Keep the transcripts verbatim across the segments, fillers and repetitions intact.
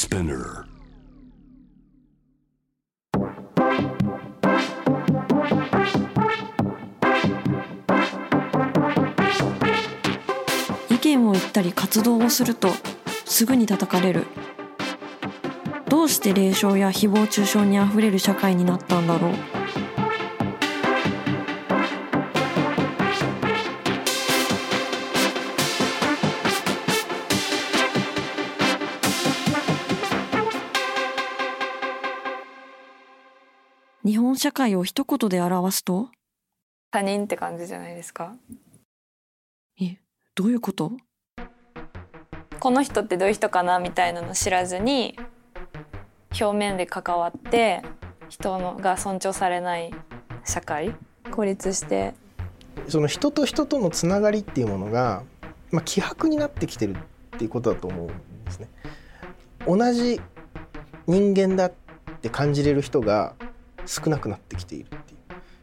Spinner。 意見を言ったり活動をするとすぐに叩かれる。どうして冷笑や誹謗中傷にあふれる社会になったんだろう。日本社会を一言で表すと、 他人って感じじゃないですか。 え、どういうこと？ この人ってどういう人かなみたいなの知らずに表面で関わって人のが尊重されない社会、孤立して、 その人と人とのつながりっていうものが、まあ、希薄になってきてるっていうことだと思うんですね。同じ人間だって感じれる人が少なくなってきているっていう、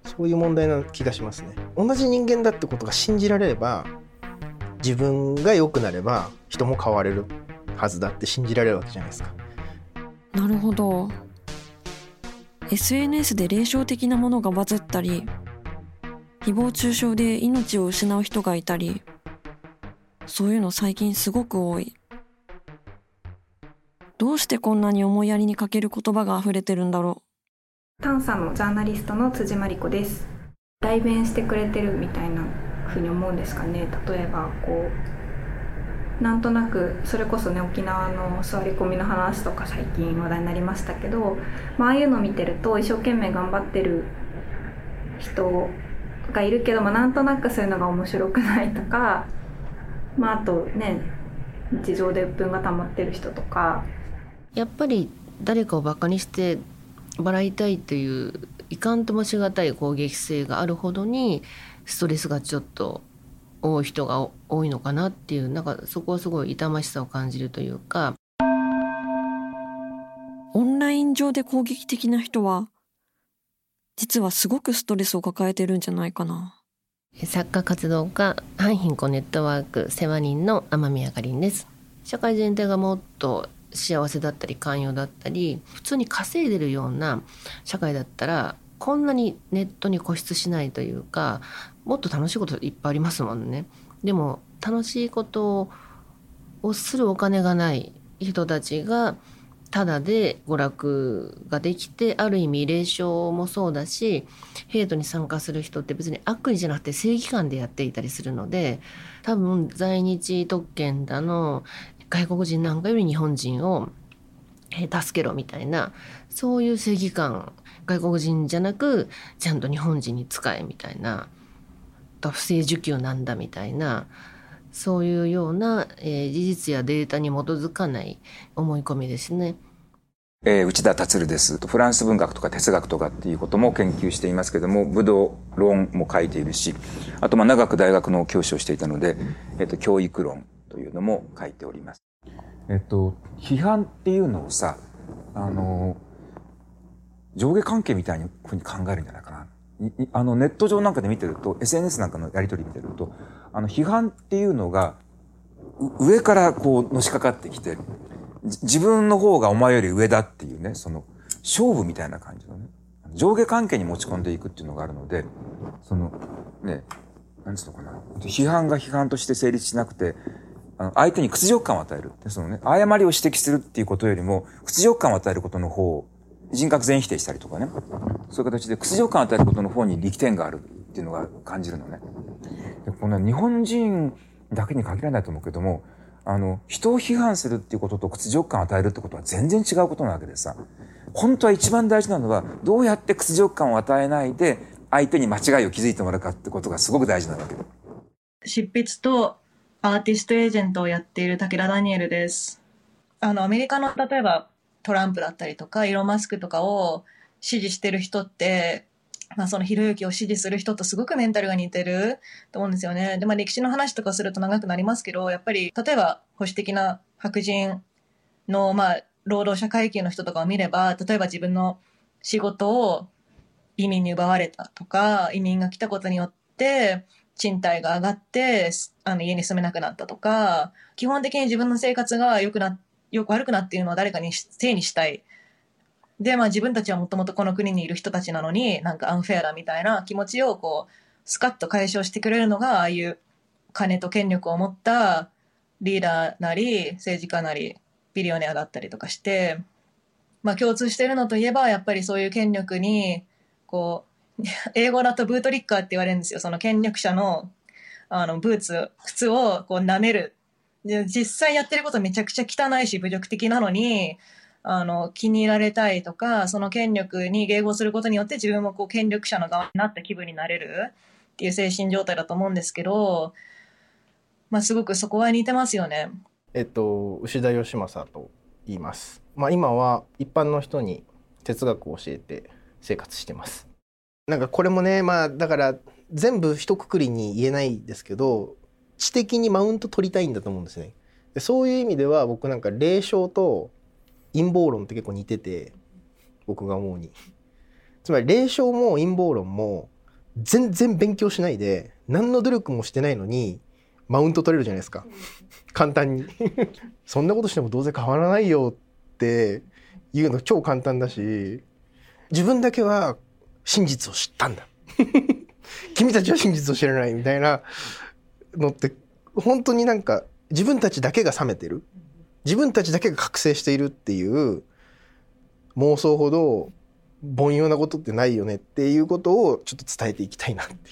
そういう問題な気がしますね。同じ人間だってことが信じられれば、自分が良くなれば人も変われるはずだって信じられるわけじゃないですか。 なるほど。 エスエヌエス で霊障的なものがバズったり、誹謗中傷で命を失う人がいたり、そういうの最近すごく多い。どうしてこんなに思いやりに欠ける言葉が溢れてるんだろう。探査のジャーナリストの辻真理子です。代弁してくれてるみたいなふうに思うんですかね。例えばこうなんとなくそれこそね、沖縄の座り込みの話とか最近話題になりましたけど、まあ、ああいうのを見てると一生懸命頑張ってる人がいるけど、まあ、なんとなくそういうのが面白くないとか、まあ、あとね、日常で鬱憤が溜まってる人とか、 やっぱり誰かをバカにして笑いたいといういかんともしがたい攻撃性があるほどにストレスがちょっと多い人が多いのかなっていう、なんかそこはすごい痛ましさを感じるというか。 オンライン上で攻撃的な人は実はすごくストレスを抱えてるんじゃないかな。 作家活動家反貧困ネットワーク世話人の天宮かりんです。社会全体がもっと幸せだったり寛容だったり普通に稼いでるような社会だったらこんなにネットに固執しないというか、もっと楽しいこといっぱいありますもんね。でも楽しいことをするお金がない人たちがただで娯楽ができて、ある意味霊障もそうだし、ヘイトに参加する人って別に悪意じゃなくて正義感でやっていたりするので、多分在日特権だの外国人なんかより日本人を助けろみたいな、そういう正義感、外国人じゃなくちゃんと日本人に使えみたいな、不正受給なんだみたいな、そういうような、えー、事実やデータに基づかない思い込みですね。 えー、内田達です。フランス文学とか哲学とかっていうことも研究していますけども、武道論も書いているし、あとまあ長く大学の教師をしていたので、えっと教育論というのも書いております。えっと批判っていうのをさ、あの上下関係みたいにふうに考えるんじゃないかな。あのネット上なんかで見てると、 エスエヌエス なんかのやり取り見てると、あの批判っていうのが上からこうのしかかってきて、自分の方がお前より上だっていうね、その勝負みたいな感じのね、上下関係に持ち込んでいくっていうのがあるので、そのね、なんつうのかな、批判が批判として成立しなくて、あの相手に屈辱感を与える、そのね、誤りを指摘するっていうことよりも屈辱感を与えることの方、人格全否定したりとかね、そういう形で屈辱感を与えることの方に力点があるっていうのが感じるのね。でこの日本人だけに限らないと思うけども、あの人を批判するっていうことと屈辱感を与えるってことは全然違うことなわけでさ、本当は一番大事なのはどうやって屈辱感を与えないで相手に間違いを気づいてもらうかってことがすごく大事なわけで。 執筆とアーティストエージェントをやっている武田ダニエルです。あのアメリカの例えばトランプだったりとかイーロン・マスクとかを支持してる人って、まあ、そのひろゆきを支持する人とすごくメンタルが似てると思うんですよね。で、まあ、歴史の話とかすると長くなりますけど、やっぱり例えば保守的な白人の、まあ、労働者階級の人とかを見れば、例えば自分の仕事を移民に奪われたとか、移民が来たことによって賃貸が上がってあの家に住めなくなったとか、基本的に自分の生活が良くなっよく悪くなっているのは誰かにせいにしたい。で、まあ自分たちはもともとこの国にいる人たちなのに、なんかアンフェアだみたいな気持ちをこう、スカッと解消してくれるのが、ああいう金と権力を持ったリーダーなり、政治家なり、ビリオネアだったりとかして、まあ共通しているのといえば、やっぱりそういう権力に、こう、英語だとブートリッカーって言われるんですよ。その権力者の、あの、ブーツ、靴をこう舐める。で、実際やってることめちゃくちゃ汚いし侮辱的なのに、あの、気に入られたいとか、その権力に迎合することによって自分もこう権力者の側になった気分になれるっていう精神状態だと思うんですけど、まあすごくそこは似てますよね。 えっと、牛田義正と言います。まあ今は一般の人に哲学を教えて生活してます。なんかこれもね、まあだから全部一括りに言えないですけど、知的にマウント取りたいんだと思うんですね。でそういう意味では僕なんか霊障と陰謀論って結構似てて、僕が思うに。つまり霊障も陰謀論も全然勉強しないで何の努力もしてないのにマウント取れるじゃないですか。簡単に。そんなことしてもどうせ変わらないよっていうの超簡単だし、自分だけは真実を知ったんだ。君たちは真実を知らないみたいなのって本当になんか自分たちだけが冷めてる。自分たちだけが覚醒しているっていう妄想ほど凡庸なことってないよねっていうことをちょっと伝えていきたいなっていう。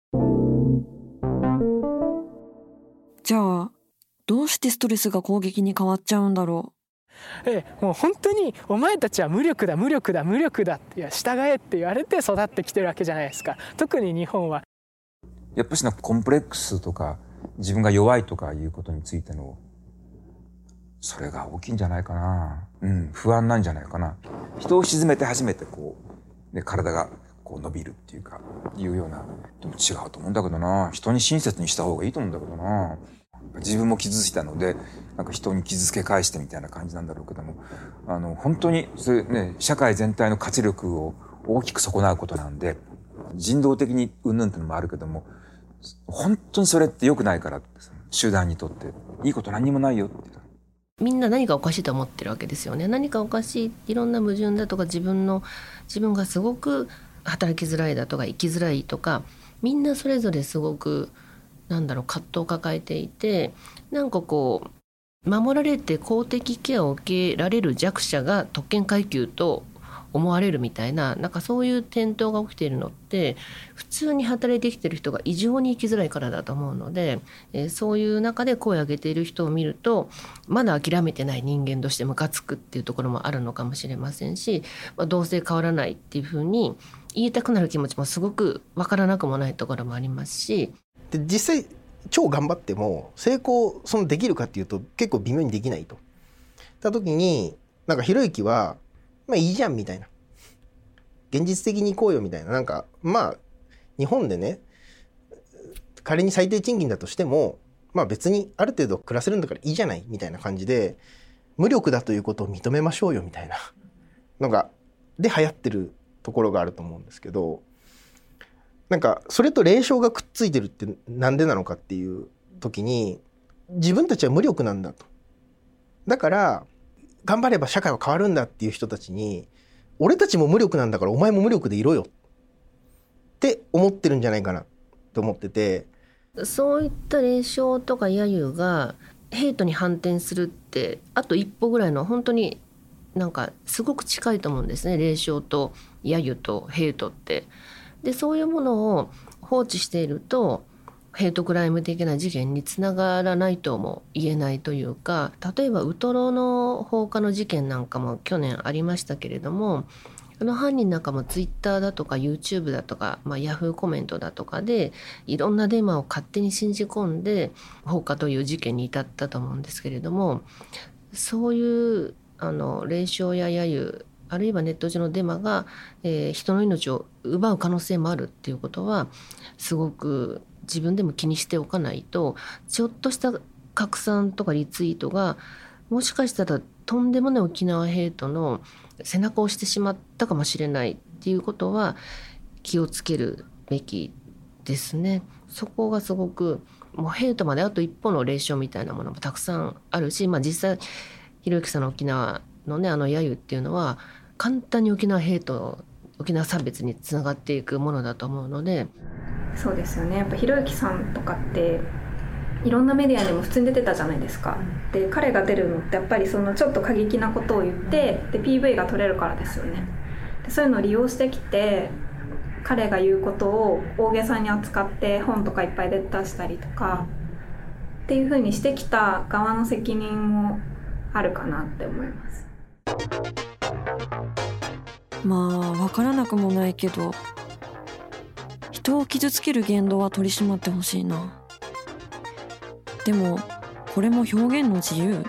じゃあどうしてストレスが攻撃に変わっちゃうんだろう。ええ、もう本当にお前たちは無力だ無力だ無力だっていや従えって言われて育ってきてるわけじゃないですか。特に日本はやっぱしなコンプレックスとか自分が弱いとかいうことについてのそれが大きいんじゃないかな。うん、不安なんじゃないかな。人を沈めて初めてこう、ね、体がこう伸びるっていうか、いうような、でも違うと思うんだけどな。人に親切にした方がいいと思うんだけどな。自分も傷ついたので、なんか人に傷つけ返してみたいな感じなんだろうけども、あの、本当に、それね、社会全体の活力を大きく損なうことなんで、人道的にうんぬんってのもあるけども、本当にそれって良くないから、集団にとって。いいこと何にもないよって。 みんな何かおかしいと思ってるわけですよね。何かおかしい、いろんな矛盾だとか自分の自分がすごく働きづらいだとか生きづらいとか、みんなそれぞれすごくなんだろう葛藤を抱えていて、なんかこう守られて公的ケアを受けられる弱者が特権階級と思われるみたいな、なんかそういう転倒が起きているのって普通に働いてきてる人が異常に生きづらいからだと思うので、えー、そういう中で声を上げている人を見るとまだ諦めてない人間としてムカつくっていうところもあるのかもしれませんし、まあ、どうせ変わらないっていうふうに言いたくなる気持ちもすごくわからなくもないところもありますし、 で実際超頑張っても成功そのできるかっていうと結構微妙にできないと。た時になんかひろゆきはまあいいじゃんみたいな、現実的に行こうよみたいな、なんかまあ日本でね仮に最低賃金だとしてもまあ別にある程度暮らせるんだからいいじゃないみたいな感じで、無力だということを認めましょうよみたいなのがで流行ってるところがあると思うんですけど、なんかそれと霊障がくっついてるってなんでなのかっていう時に、自分たちは無力なんだと、だから頑張れば社会は変わるんだっていう人たちに、俺たちも無力なんだからお前も無力でいろよって思ってるんじゃないかなと思ってて、 そういった霊障とか揶揄がヘイトに反転するってあと一歩ぐらいの本当になんかすごく近いと思うんですね。霊障と揶揄とヘイトって。でそういうものを放置しているとヘイトクライム的な事件につながらないとも言えないというか、例えばウトロの放火の事件なんかも去年ありましたけれども、あの犯人なんかもツイッターだとか YouTube だとか、まあ、ヤフーコメントだとかでいろんなデマを勝手に信じ込んで放火という事件に至ったと思うんですけれども、そういうあの霊障や揶揄あるいはネット上のデマが、えー、人の命を奪う可能性もあるっていうことはすごく自分でも気にしておかないと、ちょっとした拡散とかリツイートがもしかしたらとんでもない沖縄ヘイトの背中を押してしまったかもしれないっていうことは気をつけるべきですね。そこがすごくもうヘイトまであと一歩の霊障みたいなものもたくさんあるし、まあ、実際ひろゆきさんの沖縄のねあの揶揄っていうのは簡単に沖縄ヘイト、沖縄差別につながっていくものだと思うので。 そうですよね。やっぱひろゆきさんとかっていろんなメディアにも普通に出てたじゃないですか。で彼が出るのってやっぱりそのちょっと過激なことを言ってで ピーブイ が撮れるからですよね。でそういうのを利用してきて彼が言うことを大げさに扱って本とかいっぱい出したりとかっていう風にしてきた側の責任もあるかなって思います。 まあ分からなくもないけど、人を傷つける言動は取り締まってほしいな。でもこれも表現の自由。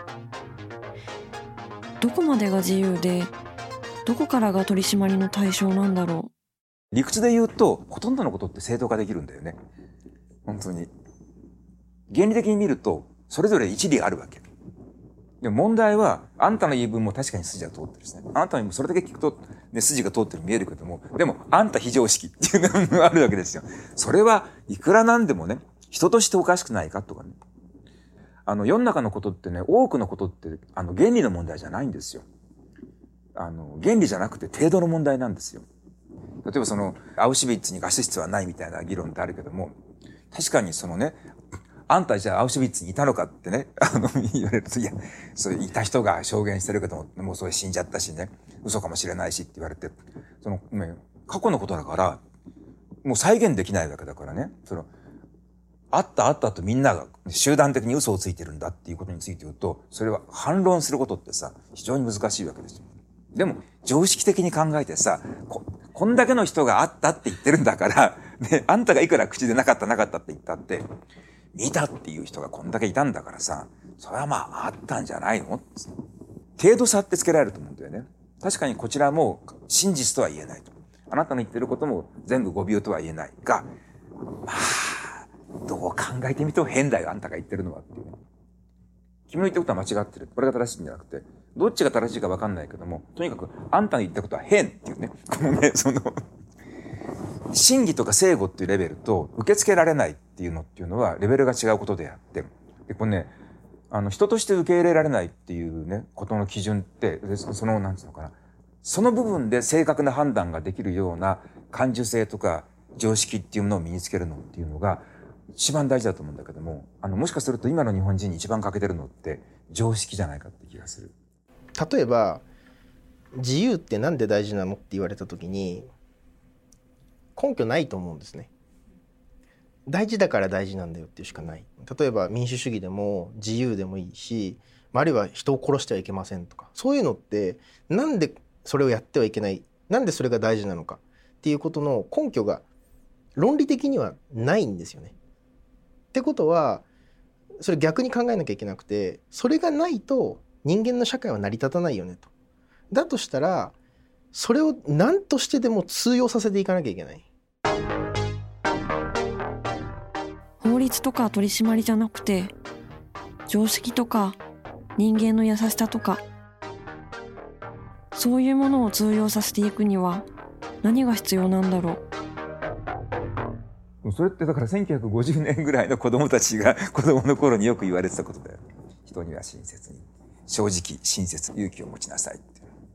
どこまでが自由でどこからが取り締まりの対象なんだろう。理屈で言うとほとんどのことって正当化できるんだよね。本当に原理的に見るとそれぞれ一理あるわけ。でも問題はあんたの言い分も確かに筋が通ってるですね。あなたにもそれだけ聞くと、ね、筋が通ってる見えるけども、でもあんた非常識っていうのがあるわけですよ。それはいくらなんでもね、人としておかしくないかとかね。あの世の中のことってね、多くのことってあの原理の問題じゃないんですよ。あの原理じゃなくて程度の問題なんですよ。例えばそのアウシュビッツにガス室はないみたいな議論ってあるけども、確かにそのね、あんたじゃあアウシュビッツにいたのかってね、あの言われると、いや、それいた人が証言してるけども、もうそれ死んじゃったしね、嘘かもしれないしって言われて、その、ね、過去のことだから、もう再現できないわけだからね、その、あったあったとみんなが集団的に嘘をついてるんだっていうことについて言うと、それは反論することってさ、非常に難しいわけですよ。でも、常識的に考えてさ、こ、こんだけの人があったって言ってるんだから、ね、あんたがいくら口でなかったなかったって言ったって、見たっていう人がこんだけいたんだからさ、それはまああったんじゃないの？程度差ってつけられると思うんだよね。確かにこちらも真実とは言えないと。あなたの言ってることも全部誤謬とは言えないが、まあ、どう考えてみても変だよ、あんたが言ってるのはっていうね。君の言ったことは間違ってる。これが正しいんじゃなくて、どっちが正しいか分かんないけども、とにかくあんたの言ったことは変っていうね。このね、その、真偽とか正誤っていうレベルと受け付けられないっていうのっていうのはレベルが違うことであって、でこれね、あの人として受け入れられないっていうねことの基準って、そのなんつうのかな、その部分で正確な判断ができるような感受性とか常識っていうものを身につけるのっていうのが一番大事だと思うんだけども、あのもしかすると今の日本人に一番欠けてるのって常識じゃないかって気がする。 例えば自由ってなんで大事なのって言われた時に根拠ないと思うんですね。大事だから大事なんだよっていうしかない。例えば民主主義でも自由でもいいし、あるいは人を殺してはいけませんとか、そういうのってなんでそれをやってはいけない、なんでそれが大事なのかっていうことの根拠が論理的にはないんですよね。ってことはそれ逆に考えなきゃいけなくて、それがないと人間の社会は成り立たないよねと。だとしたらそれを何としてでも通用させていかなきゃいけない。 法律とか取り締まりじゃなくて、常識とか人間の優しさとか、そういうものを通用させていくには何が必要なんだろう。それってだからせんきゅうひゃくごじゅうねんぐらいの子供たちが子供の頃によく言われてたことだよ。人には親切に、正直、親切、勇気を持ちなさいって。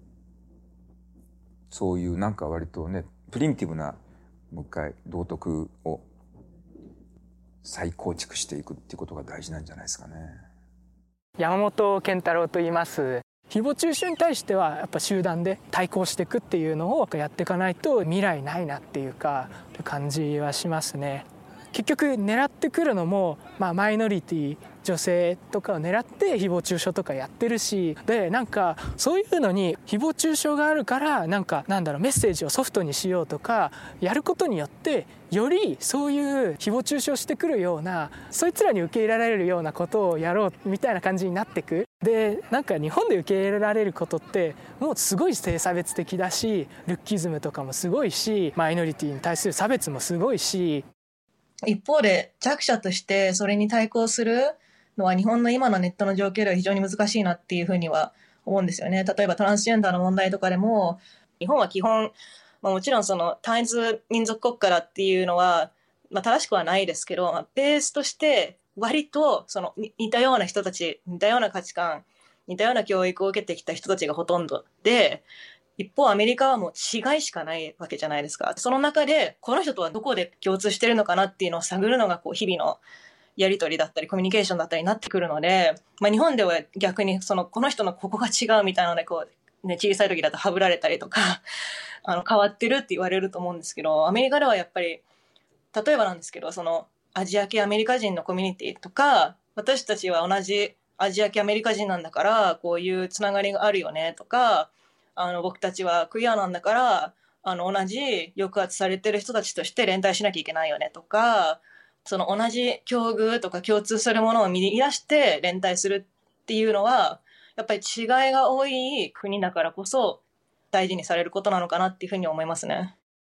そういうなんか割とね、プリミティブなもう一回道徳を再構築していくっていうことが大事なんじゃないですかね。 山本健太郎と言います。誹謗中傷に対してはやっぱ集団で対抗していくっていうのをやっていかないと未来ないなっていうか感じはしますね。結局狙ってくるのも、まあ、マイノリティ女性とかを狙って誹謗中傷とかやってるし、でなんかそういうのに誹謗中傷があるからなんかなんだろうメッセージをソフトにしようとかやることによってよりそういう誹謗中傷してくるようなそいつらに受け入れられるようなことをやろうみたいな感じになってく。でなんか日本で受け入れられることってもうすごい性差別的だし、ルッキズムとかもすごいし、マイノリティに対する差別もすごいし、 一方で弱者としてそれに対抗するのは日本の今のネットの状況では非常に難しいなっていうふうには思うんですよね。例えばトランスジェンダーの問題とかでも日本は基本、まあ、もちろんその単一民族国家だっていうのは、まあ、正しくはないですけど、まあ、ベースとして割とその似たような人たち似たような価値観似たような教育を受けてきた人たちがほとんどで、一方アメリカはもう違いしかないわけじゃないですか。その中でこの人とはどこで共通してるのかなっていうのを探るのがこう日々のやり取りだったりコミュニケーションだったりになってくるので、まあ、日本では逆にそのこの人のここが違うみたいなのでこう、ね、小さい時だとはぶられたりとかあの変わってるって言われると思うんですけど、アメリカではやっぱり例えばなんですけど、そのアジア系アメリカ人のコミュニティとか、私たちは同じアジア系アメリカ人なんだからこういうつながりがあるよねとか、あの僕たちはクイアなんだからあの同じ抑圧されてる人たちとして連帯しなきゃいけないよねとか、その同じ境遇とか共通するものを見出して連帯するっていうのはやっぱり違いが多い国だからこそ大事にされることなのかなっていうふうに思いますね。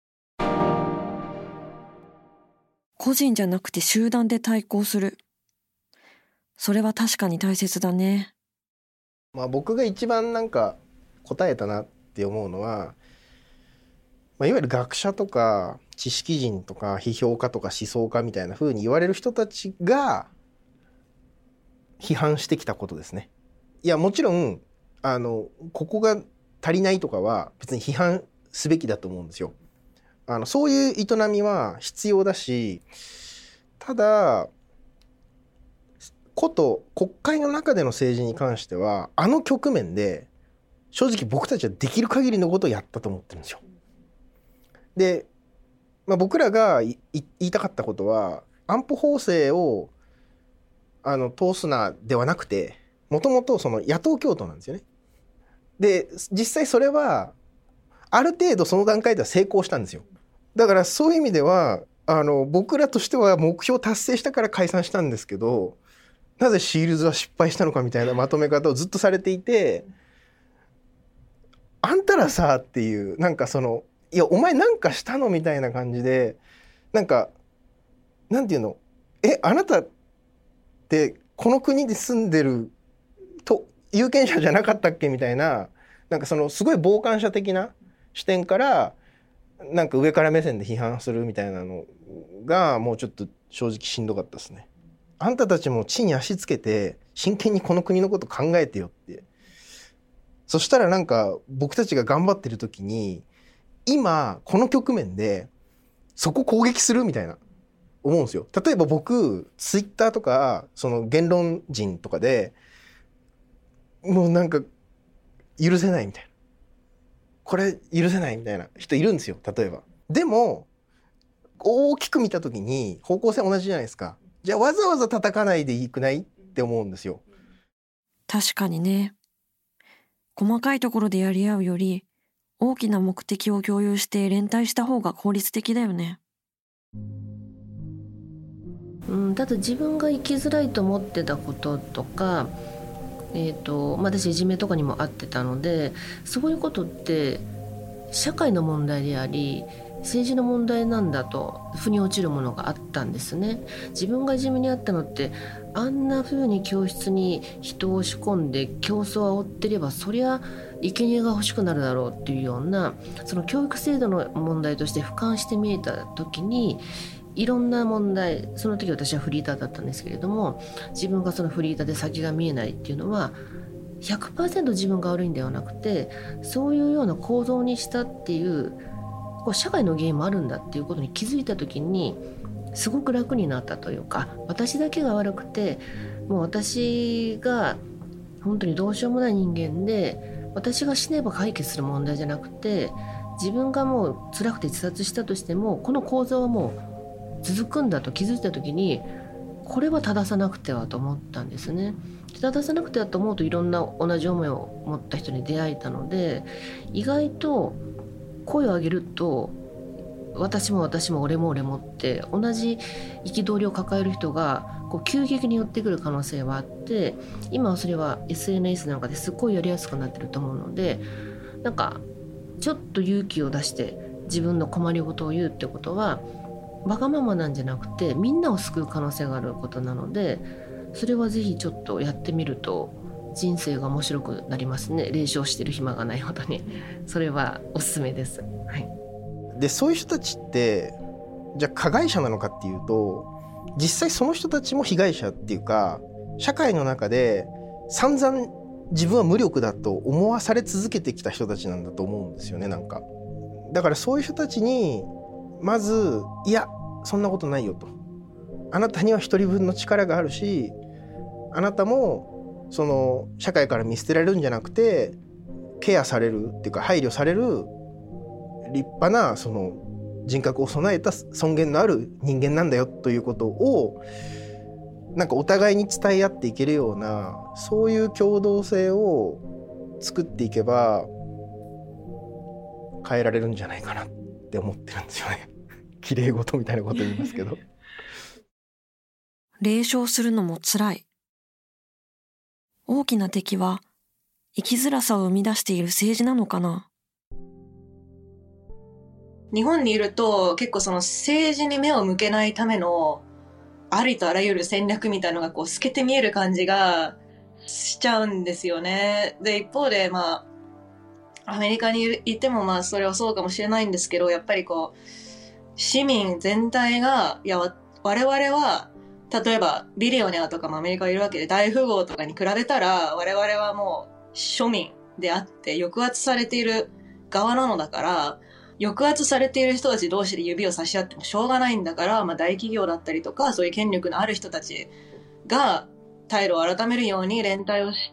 個人じゃなくて集団で対抗する。それは確かに大切だね。 まあ、僕が一番なんか答えたなって思うのは、まあ、いわゆる学者とか知識人とか批評家とか思想家みたいな風に言われる人たちが批判してきたことですね。いやもちろんあのここが足りないとかは別に批判すべきだと思うんですよ。あのそういう営みは必要だし、ただこと国会の中での政治に関してはあの局面で正直僕たちはできる限りのことをやったと思ってるんですよ。で、まあ、僕らが言いたかったことは安保法制をあの通すなではなくて、もともとその野党共闘なんですよね。で実際それはある程度その段階では成功したんですよ。だからそういう意味ではあの僕らとしては目標達成したから解散したんですけど、なぜシールズは失敗したのかみたいなまとめ方をずっとされていて、あんたらさっていう、なんかそのいやお前なんかしたのみたいな感じで、なんかなんていうの、えあなたってこの国で住んでると有権者じゃなかったっけみたいな、なんかそのすごい傍観者的な視点からなんか上から目線で批判するみたいなのがもうちょっと正直しんどかったですね。あんたたちも地に足つけて真剣にこの国のこと考えてよって。そしたらなんか僕たちが頑張ってる時に今この局面でそこ攻撃するみたいな思うんですよ。例えば僕ツイッターとかその言論人とかでもうなんか許せないみたいな、これ許せないみたいな人いるんですよ。例えばでも大きく見た時に方向性同じじゃないですか。じゃあわざわざ叩かないでいいくないって思うんですよ。 確かにね。細かいところでやり合うより大きな目的を共有して連帯した方が効率的だよね。 うん、だと自分が生きづらいと思ってたこととか、えーとまあ、私いじめとかにも遭ってたので、そういうことって社会の問題であり政治の問題なんだと腑に落ちるものがあったんですね。自分がいじめに遭ったのってあんな風に教室に人を押し込んで競争を煽ってればそりゃ生贄が欲しくなるだろうっていうような、その教育制度の問題として俯瞰して見えた時にいろんな問題、その時私はフリーターだったんですけれども、自分がそのフリーターで先が見えないっていうのは ひゃくパーセント 自分が悪いんではなくて、そういうような構造にしたっていうこう社会の原因もあるんだっていうことに気づいた時にすごく楽になったというか、私だけが悪くてもう私が本当にどうしようもない人間で、私が死ねば解決する問題じゃなくて、自分がもう辛くて自殺したとしてもこの構造はもう続くんだと気づいた時に、これは正さなくてはと思ったんですね。正さなくてはと思うといろんな同じ思いを持った人に出会えたので、意外と声を上げると私も私も俺も俺もって同じ憤りを抱える人がこう急激に寄ってくる可能性はあって、今はそれは エスエヌエス なんかですっごいやりやすくなってると思うので、なんかちょっと勇気を出して自分の困りごとを言うってことはわがままなんじゃなくてみんなを救う可能性があることなので、それはぜひちょっとやってみると人生が面白くなりますね。霊障してる暇がないほどにそれはおすすめです、はい、 でそういう人たちってじゃあ加害者なのかっていうと、実際その人たちも被害者っていうか、社会の中で散々 自分は無力だと思わされ続けてきた人たちなんだと思うんですよね。なんかだからそういう人たちにまずいやそんなことないよと、あなたには一人分の力があるし、あなたもその社会から見捨てられるんじゃなくてケアされるっていうか配慮される立派なその人格を備えた尊厳のある人間なんだよということをなんかお互いに伝え合っていけるような、そういう共同性を作っていけば変えられるんじゃないかなって思ってるんですよね。綺麗事みたいなこと言いますけど冷笑するのも辛い。大きな敵は生きづらさを生み出している政治なのかな。 日本にいると結構その政治に目を向けないためのありとあらゆる戦略みたいなのがこう透けて見える感じがしちゃうんですよね。で、一方でまあアメリカにいてもまあそれはそうかもしれないんですけど、やっぱりこう市民全体がいや我々は例えばビリオネアとかもアメリカいるわけで、大富豪とかに比べたら我々はもう庶民であって抑圧されている側なのだから、抑圧されている人たち同士で指を差し合ってもしょうがないんだから、まあ、大企業だったりとかそういう権力のある人たちが態度を改めるように連帯をして、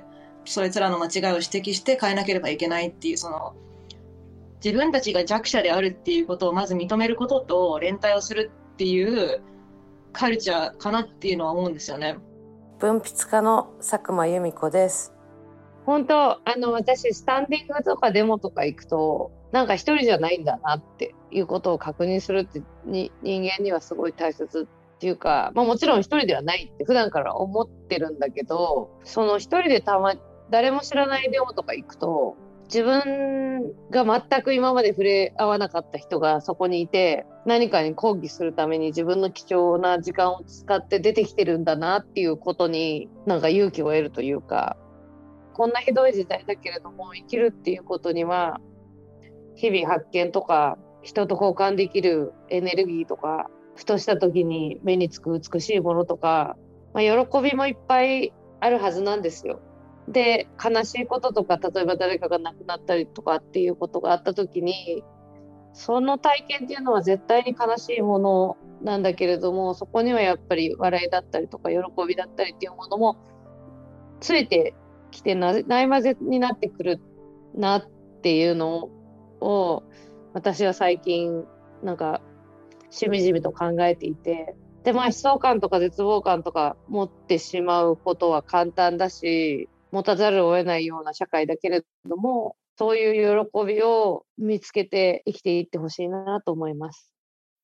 そいつらの間違いを指摘して変えなければいけないっていう、その自分たちが弱者であるっていうことをまず認めることと連帯をするっていうカルチャーかなっていうのは思うんですよね。 文筆家の佐久間由美子です。 本当あの私スタンディングとかデモとか行くとなんか一人じゃないんだなっていうことを確認するってに人間にはすごい大切っていうか、まあ、もちろん一人ではないって普段から思ってるんだけど、その一人でたま誰も知らないデモとか行くと自分が全く今まで触れ合わなかった人がそこにいて何かに抗議するために自分の貴重な時間を使って出てきてるんだなっていうことになんか勇気を得るというか、こんなひどい時代だけれども生きるっていうことには日々発見とか人と交換できるエネルギーとかふとした時に目につく美しいものとか、まあ、喜びもいっぱいあるはずなんですよ。で、悲しいこととか例えば誰かが亡くなったりとかっていうことがあった時にその体験っていうのは絶対に悲しいものなんだけれども、そこにはやっぱり笑いだったりとか喜びだったりっていうものもついてきてなないまぜになってくるなっていうのを私は最近なんかしみじみと考えていて、でまあ悲壮感とか絶望感とか持ってしまうことは簡単だし持たざるを得ないような社会だけれども、そういう喜びを見つけて生きていってほしいなと思います。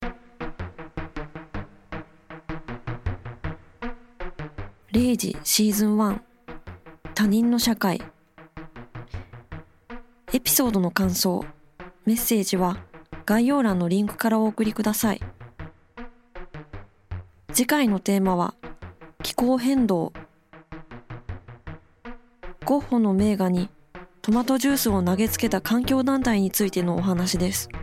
れいじシーズンワン他人の社会。エピソードの感想、メッセージは概要欄のリンクからお送りください。次回のテーマは気候変動。ゴッホの名画にトマトジュースを投げつけた環境団体についてのお話です。